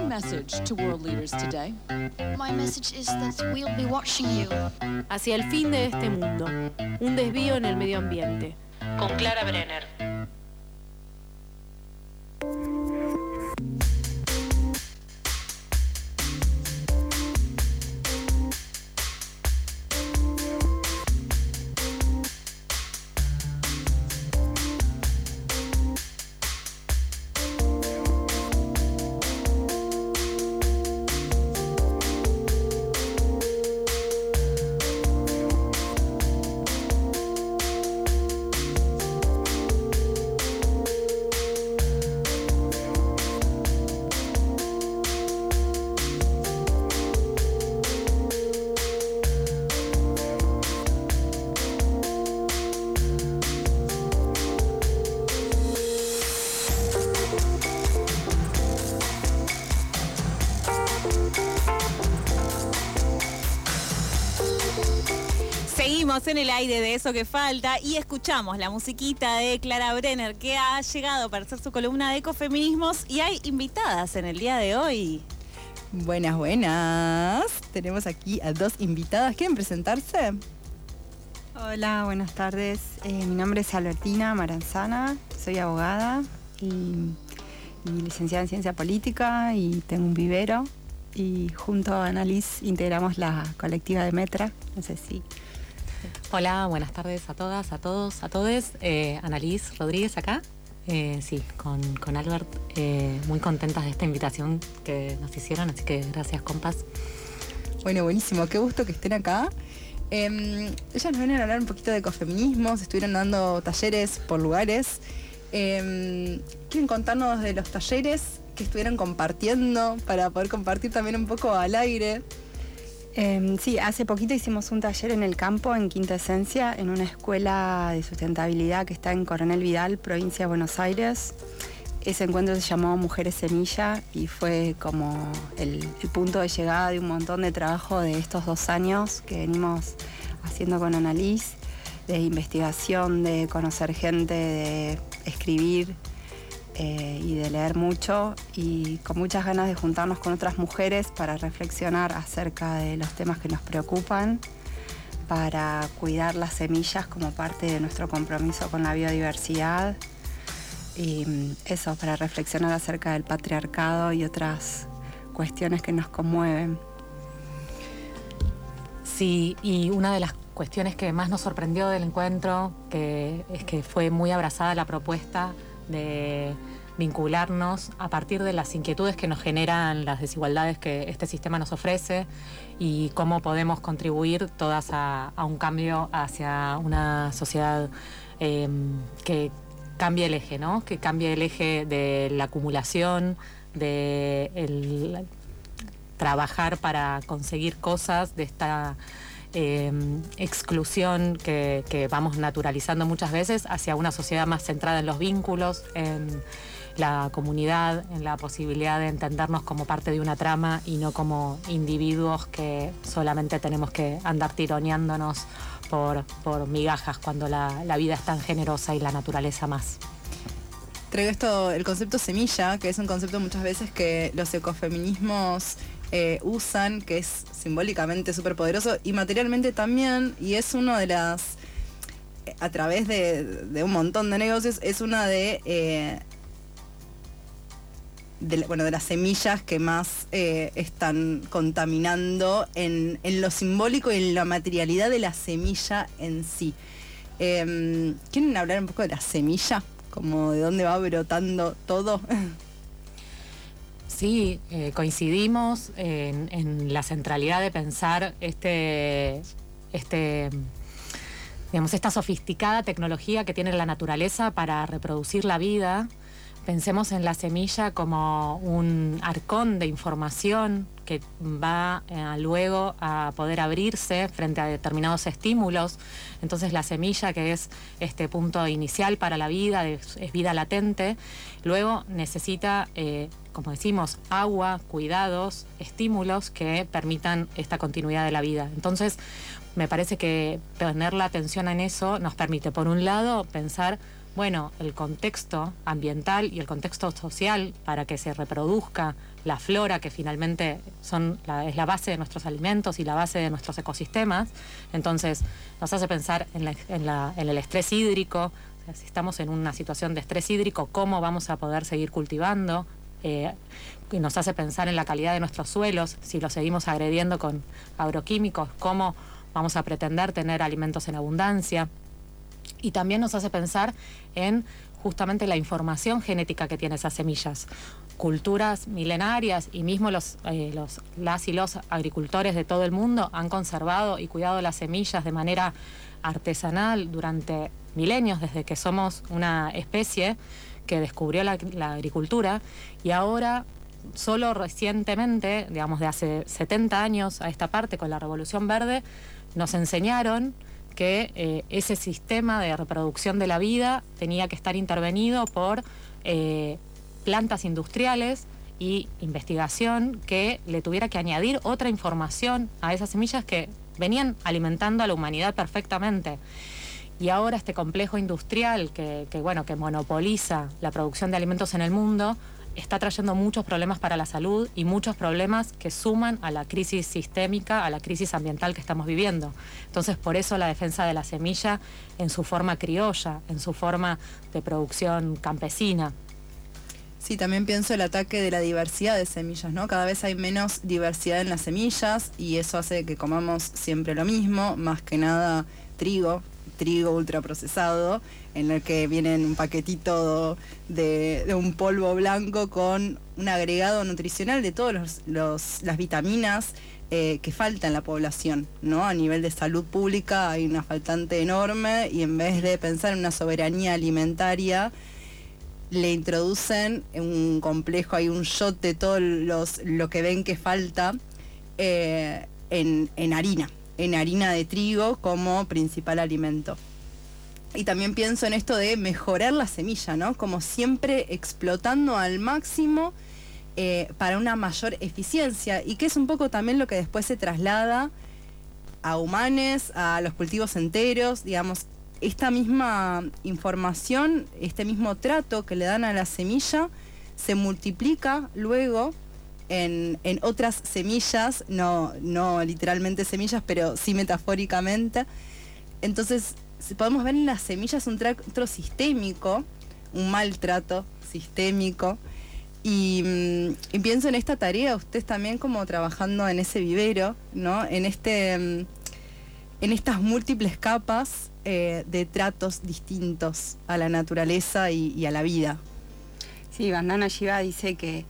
your message to world leaders today? My message is that we'll be watching you. Hacia el fin de este mundo. Un desvío en el medio ambiente. Con Clara Brenner. Seguimos en el aire de Eso que Falta y escuchamos la musiquita de Clara Brenner, que ha llegado para hacer su columna de ecofeminismos, y hay invitadas en el día de hoy. Buenas, buenas. Tenemos aquí a dos invitadas. ¿Quieren presentarse? Hola, buenas tardes. Mi nombre es Albertina Maranzana, soy abogada y licenciada en Ciencia Política, y tengo un vivero, y junto a Annalise integramos la colectiva de Metra. No sé si... Hola, buenas tardes a todas, a todos, a todes. Annalise Rodríguez acá. Sí, con Albert, muy contentas de esta invitación que nos hicieron, así que gracias, compas. Bueno, buenísimo, qué gusto que estén acá. Ellas nos vienen a hablar un poquito de ecofeminismos, estuvieron dando talleres por lugares. ¿Quieren contarnos de los talleres que estuvieron compartiendo para poder compartir también un poco al aire? Sí, hace poquito hicimos un taller en el campo, en Quinta Esencia, en una escuela de sustentabilidad que está en Coronel Vidal, provincia de Buenos Aires. Ese encuentro se llamó Mujeres Semilla y fue como el punto de llegada de un montón de trabajo de estos 2 años que venimos haciendo con Annalise, de investigación, de conocer gente, de escribir y de leer mucho, y con muchas ganas de juntarnos con otras mujeres para reflexionar acerca de los temas que nos preocupan, para cuidar las semillas como parte de nuestro compromiso con la biodiversidad, y eso, para reflexionar acerca del patriarcado y otras cuestiones que nos conmueven. Sí, y una de las cuestiones que más nos sorprendió del encuentro es que fue muy abrazada la propuesta de vincularnos a partir de las inquietudes que nos generan las desigualdades que este sistema nos ofrece, y cómo podemos contribuir todas a un cambio hacia una sociedad que cambie el eje, ¿no? Que cambie el eje de la acumulación, de el trabajar para conseguir cosas, de esta exclusión que vamos naturalizando muchas veces, hacia una sociedad más centrada en los vínculos, en la comunidad, en la posibilidad de entendernos como parte de una trama y no como individuos que solamente tenemos que andar tironeándonos por migajas cuando la vida es tan generosa y la naturaleza más. Traigo el concepto semilla, que es un concepto muchas veces que los ecofeminismos usan, que es simbólicamente súper poderoso y materialmente también, y es uno de las, a través de un montón de negocios, es una de las semillas que más están contaminando en lo simbólico y en la materialidad de la semilla en sí. ¿Quieren hablar un poco de la semilla? Como de dónde va brotando todo. Sí, coincidimos en la centralidad de pensar esta sofisticada tecnología que tiene la naturaleza para reproducir la vida. Pensemos en la semilla como un arcón de información que va luego a poder abrirse frente a determinados estímulos. Entonces la semilla, que es este punto inicial para la vida, es vida latente, luego necesita, como decimos, agua, cuidados, estímulos que permitan esta continuidad de la vida. Entonces me parece que poner la atención en eso nos permite, por un lado, pensar bueno, el contexto ambiental y el contexto social para que se reproduzca la flora, que finalmente es la base de nuestros alimentos y la base de nuestros ecosistemas. Entonces nos hace pensar en el estrés hídrico. O sea, si estamos en una situación de estrés hídrico, ¿cómo vamos a poder seguir cultivando? Y nos hace pensar en la calidad de nuestros suelos. Si los seguimos agrediendo con agroquímicos, ¿cómo vamos a pretender tener alimentos en abundancia? Y también nos hace pensar en justamente la información genética que tienen esas semillas. Culturas milenarias y mismo las y los agricultores de todo el mundo han conservado y cuidado las semillas de manera artesanal durante milenios, desde que somos una especie que descubrió la agricultura, y ahora solo recientemente, digamos de hace 70 años a esta parte, con la Revolución Verde, nos enseñaron que ese sistema de reproducción de la vida tenía que estar intervenido por plantas industriales y investigación que le tuviera que añadir otra información a esas semillas que venían alimentando a la humanidad perfectamente. Y ahora este complejo industrial que monopoliza la producción de alimentos en el mundo está trayendo muchos problemas para la salud y muchos problemas que suman a la crisis sistémica, a la crisis ambiental que estamos viviendo. Entonces, por eso la defensa de la semilla en su forma criolla, en su forma de producción campesina. Sí, también pienso el ataque de la diversidad de semillas, ¿no? Cada vez hay menos diversidad en las semillas y eso hace que comamos siempre lo mismo, más que nada trigo ultraprocesado, en el que viene un paquetito de un polvo blanco con un agregado nutricional de todas las vitaminas que falta en la población, ¿no? A nivel de salud pública hay una faltante enorme y en vez de pensar en una soberanía alimentaria, le introducen un complejo, hay un shot de todo lo que ven que falta en harina de trigo como principal alimento. Y también pienso en esto de mejorar la semilla, ¿no? Como siempre explotando al máximo para una mayor eficiencia, y que es un poco también lo que después se traslada a humanos, a los cultivos enteros, digamos. Esta misma información, este mismo trato que le dan a la semilla, se multiplica luego en otras semillas, no literalmente semillas, pero sí metafóricamente. Entonces, podemos ver en las semillas un trato sistémico, un maltrato sistémico. Y pienso en esta tarea, ustedes también como trabajando en ese vivero, ¿no? En estas múltiples capas de tratos distintos a la naturaleza y a la vida. Sí, Vandana Shiva dice que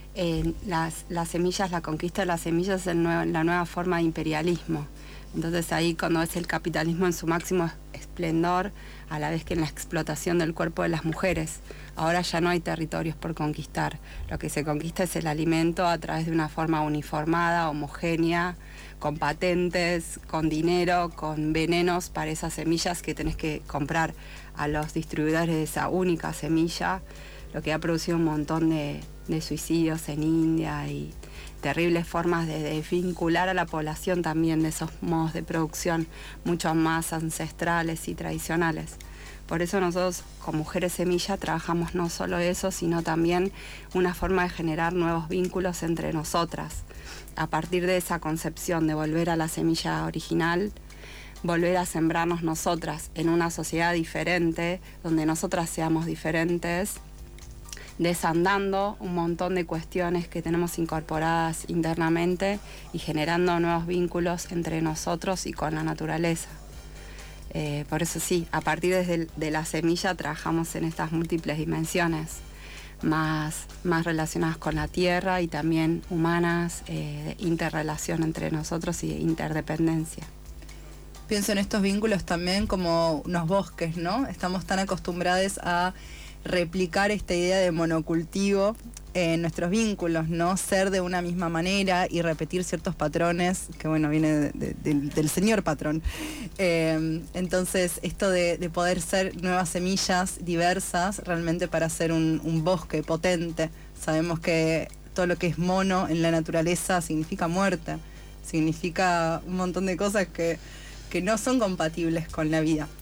las semillas, la conquista de las semillas es la nueva forma de imperialismo. Entonces ahí cuando es el capitalismo en su máximo esplendor, a la vez que en la explotación del cuerpo de las mujeres. Ahora ya no hay territorios por conquistar. Lo que se conquista es el alimento a través de una forma uniformada, homogénea, con patentes, con dinero, con venenos para esas semillas que tenés que comprar a los distribuidores de esa única semilla, lo que ha producido un montón de suicidios en India y terribles formas de desvincular a la población también de esos modos de producción mucho más ancestrales y tradicionales. Por eso nosotros con Mujeres Semilla trabajamos no solo eso, sino también una forma de generar nuevos vínculos entre nosotras, a partir de esa concepción de volver a la semilla original, volver a sembrarnos nosotras en una sociedad diferente, donde nosotras seamos diferentes, desandando un montón de cuestiones que tenemos incorporadas internamente y generando nuevos vínculos entre nosotros y con la naturaleza. Por eso sí, a partir de la semilla trabajamos en estas múltiples dimensiones, más relacionadas con la tierra y también humanas, interrelación entre nosotros y interdependencia. Pienso en estos vínculos también como unos bosques, ¿no? Estamos tan acostumbrados a replicar esta idea de monocultivo en nuestros vínculos, ¿no? Ser de una misma manera y repetir ciertos patrones, que bueno, viene del señor patrón. Entonces, esto de poder ser nuevas semillas diversas, realmente para hacer un bosque potente. Sabemos que todo lo que es mono en la naturaleza significa muerte, significa un montón de cosas que no son compatibles con la vida.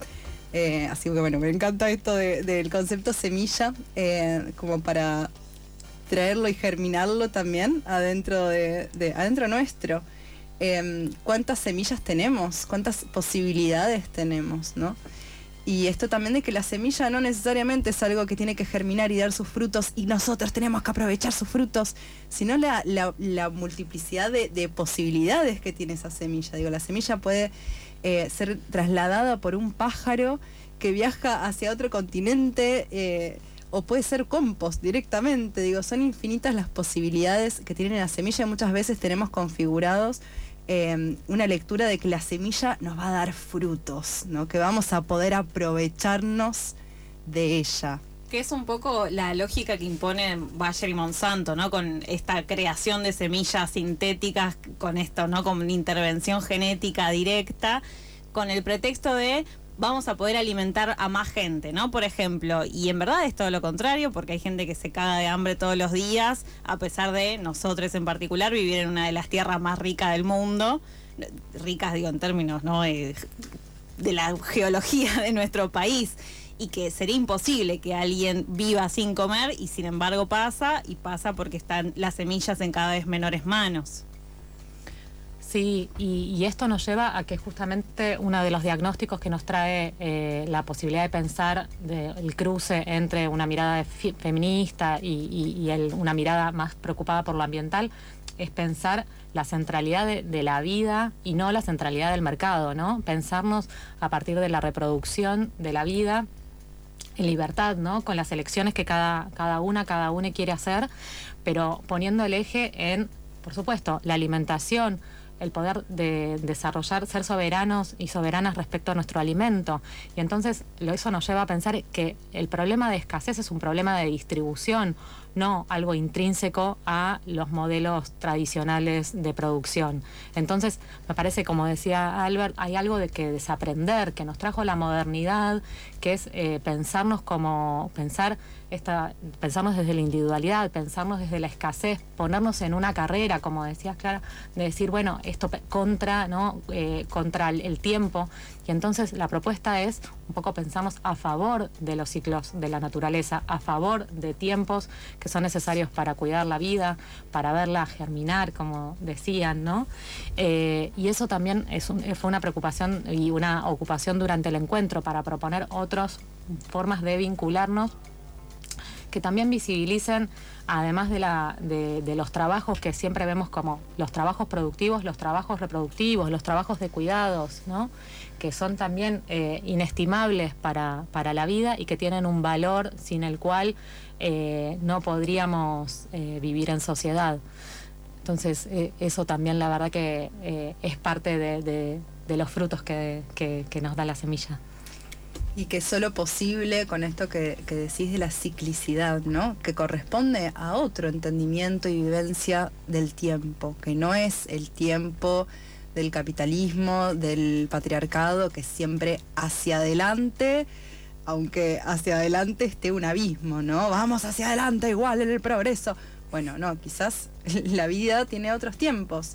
Así que bueno, me encanta esto del concepto semilla, como para traerlo y germinarlo también adentro adentro nuestro. ¿Cuántas semillas tenemos? ¿Cuántas posibilidades tenemos, no? Y esto también de que la semilla no necesariamente es algo que tiene que germinar y dar sus frutos y nosotros tenemos que aprovechar sus frutos, sino la multiplicidad de posibilidades que tiene esa semilla. Digo, la semilla puede ser trasladada por un pájaro que viaja hacia otro continente, o puede ser compost directamente. Digo, son infinitas las posibilidades que tiene la semilla y muchas veces tenemos configurados una lectura de que la semilla nos va a dar frutos, ¿no? Que vamos a poder aprovecharnos de ella. Que es un poco la lógica que impone Bayer y Monsanto, ¿no? Con esta creación de semillas sintéticas, con esto, ¿no? Con intervención genética directa, con el pretexto de vamos a poder alimentar a más gente, ¿no? Por ejemplo, y en verdad es todo lo contrario, porque hay gente que se caga de hambre todos los días, a pesar de nosotros en particular vivir en una de las tierras más ricas del mundo, ricas digo en términos, ¿no? De la geología de nuestro país, y que sería imposible que alguien viva sin comer, y sin embargo pasa porque están las semillas en cada vez menores manos. Sí, y esto nos lleva a que justamente uno de los diagnósticos que nos trae la posibilidad de pensar el cruce entre una mirada feminista y una mirada más preocupada por lo ambiental es pensar la centralidad de la vida y no la centralidad del mercado, ¿no? Pensarnos a partir de la reproducción de la vida en libertad, ¿no? Con las elecciones que cada una quiere hacer, pero poniendo el eje en, por supuesto, la alimentación, el poder de desarrollar, ser soberanos y soberanas respecto a nuestro alimento. Y entonces eso nos lleva a pensar que el problema de escasez es un problema de distribución, no algo intrínseco a los modelos tradicionales de producción. Entonces, me parece, como decía Albert, hay algo de que desaprender, que nos trajo la modernidad, que es pensarnos desde la individualidad, pensarnos desde la escasez, ponernos en una carrera, como decías, Clara, de decir, bueno, esto contra el tiempo. Y entonces la propuesta es un poco pensarnos a favor de los ciclos de la naturaleza, a favor de tiempos que son necesarios para cuidar la vida, para verla germinar, como decían, ¿no? Y eso también fue una preocupación y una ocupación durante el encuentro, para proponer otras formas de vincularnos que también visibilicen, además de los trabajos que siempre vemos como los trabajos productivos, los trabajos reproductivos, los trabajos de cuidados, ¿no? Que son también inestimables para la vida y que tienen un valor sin el cual no podríamos vivir en sociedad. Entonces, eso también la verdad que es parte de los frutos que nos da la semilla. Y que es solo posible con esto que decís de la ciclicidad, ¿no? Que corresponde a otro entendimiento y vivencia del tiempo, que no es el tiempo del capitalismo, del patriarcado, que es siempre hacia adelante, aunque hacia adelante esté un abismo, ¿no? Vamos hacia adelante igual en el progreso. Bueno, no, quizás la vida tiene otros tiempos.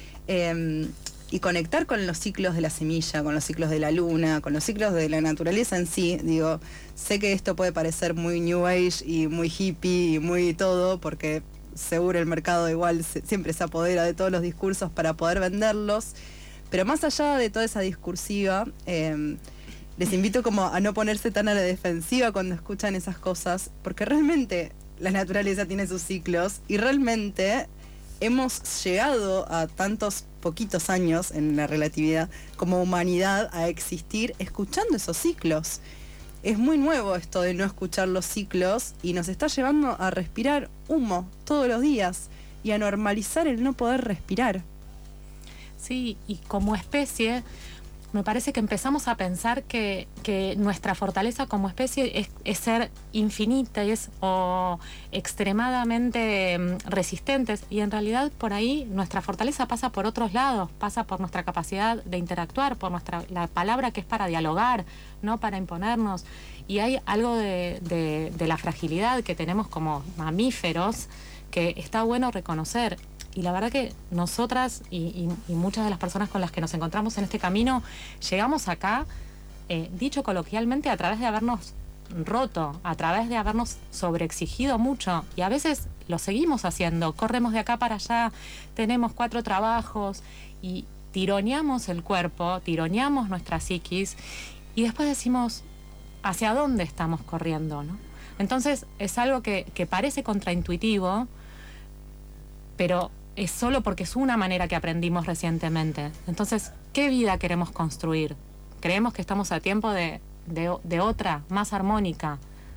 Y conectar con los ciclos de la semilla, con los ciclos de la luna, con los ciclos de la naturaleza en sí. Digo, sé que esto puede parecer muy New Age y muy hippie y muy todo, porque seguro el mercado igual siempre se apodera de todos los discursos para poder venderlos, pero más allá de toda esa discursiva, les invito como a no ponerse tan a la defensiva cuando escuchan esas cosas, porque realmente la naturaleza tiene sus ciclos y realmente hemos llegado a tantos poquitos años en la relatividad como humanidad a existir escuchando esos ciclos. Es muy nuevo esto de no escuchar los ciclos y nos está llevando a respirar humo todos los días y a normalizar el no poder respirar. Sí, y como especie me parece que empezamos a pensar que nuestra fortaleza como especie es ser infinita o extremadamente resistentes, y en realidad por ahí nuestra fortaleza pasa por otros lados, pasa por nuestra capacidad de interactuar, por la palabra que es para dialogar, no para imponernos. Y hay algo de la fragilidad que tenemos como mamíferos que está bueno reconocer. Y la verdad que nosotras y muchas de las personas con las que nos encontramos en este camino llegamos acá dicho coloquialmente, a través de habernos roto, a través de habernos sobreexigido mucho, y a veces lo seguimos haciendo, corremos de acá para allá, tenemos 4 trabajos y tironeamos el cuerpo, tironeamos nuestra psiquis y después decimos hacia dónde estamos corriendo, ¿no? Entonces es algo que parece contraintuitivo, pero es solo porque es una manera que aprendimos recientemente. Entonces, ¿qué vida queremos construir? Creemos que estamos a tiempo de otra, más armónica.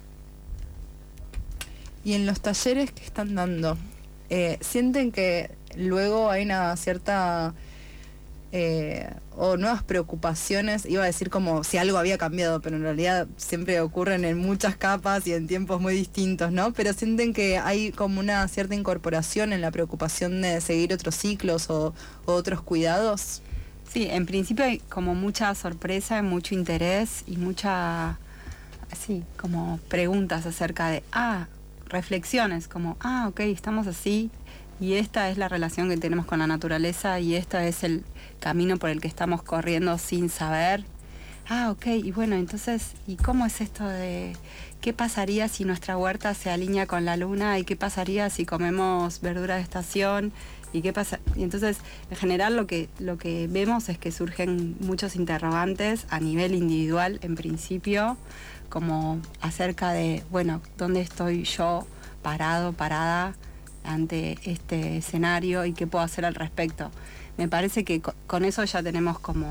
Y en los talleres que están dando, ¿sienten que luego hay una cierta o nuevas preocupaciones? Iba a decir como si algo había cambiado, pero en realidad siempre ocurren en muchas capas y en tiempos muy distintos, ¿no? Pero ¿sienten que hay como una cierta incorporación en la preocupación de seguir otros ciclos o otros cuidados? Sí, en principio hay como mucha sorpresa, mucho interés y mucha, así, como preguntas acerca de, reflexiones, como, ok, estamos así y esta es la relación que tenemos con la naturaleza y este es el camino por el que estamos corriendo sin saber. Ok, y bueno, entonces, ¿y cómo es esto de qué pasaría si nuestra huerta se alinea con la luna? ¿Y qué pasaría si comemos verdura de estación? ¿Y qué pasa? Y entonces, en general, lo que vemos es que surgen muchos interrogantes a nivel individual, en principio, como acerca de, bueno, ¿dónde estoy yo parada ante este escenario y qué puedo hacer al respecto? Me parece que con eso ya tenemos como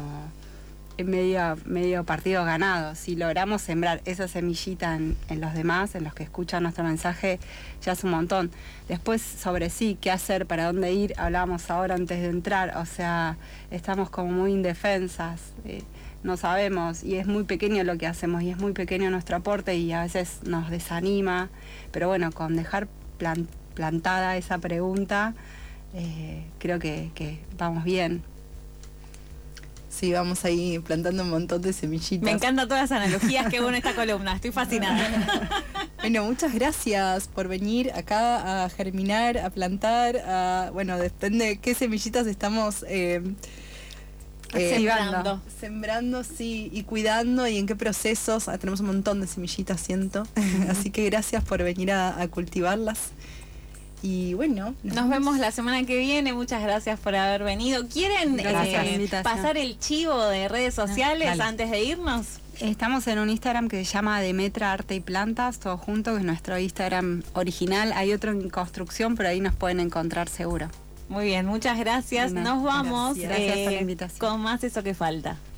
medio partido ganado. Si logramos sembrar esa semillita en los demás, en los que escuchan nuestro mensaje, ya es un montón. Después, sobre qué hacer, para dónde ir, hablábamos ahora antes de entrar, o sea, estamos como muy indefensas, no sabemos, y es muy pequeño lo que hacemos, y es muy pequeño nuestro aporte, y a veces nos desanima, pero bueno, con dejar plantada esa pregunta, creo que vamos bien. Sí, vamos ahí plantando un montón de semillitas. Me encantan todas las analogías que hubo en esta columna, estoy fascinada. Bueno, muchas gracias por venir acá a germinar, a plantar, bueno, depende de qué semillitas estamos sembrando, sí, y cuidando, y en qué procesos. Tenemos un montón de semillitas, siento. Así que gracias por venir a cultivarlas. Y bueno, nos vemos la semana que viene. Muchas gracias por haber venido. ¿Quieren pasar el chivo de redes sociales antes de irnos? Estamos en un Instagram que se llama Demetra Arte y Plantas, todo junto, que es nuestro Instagram original. Hay otro en construcción, pero ahí nos pueden encontrar seguro. Muy bien, muchas gracias. Nos vamos gracias por la invitación. Con más Eso que Falta.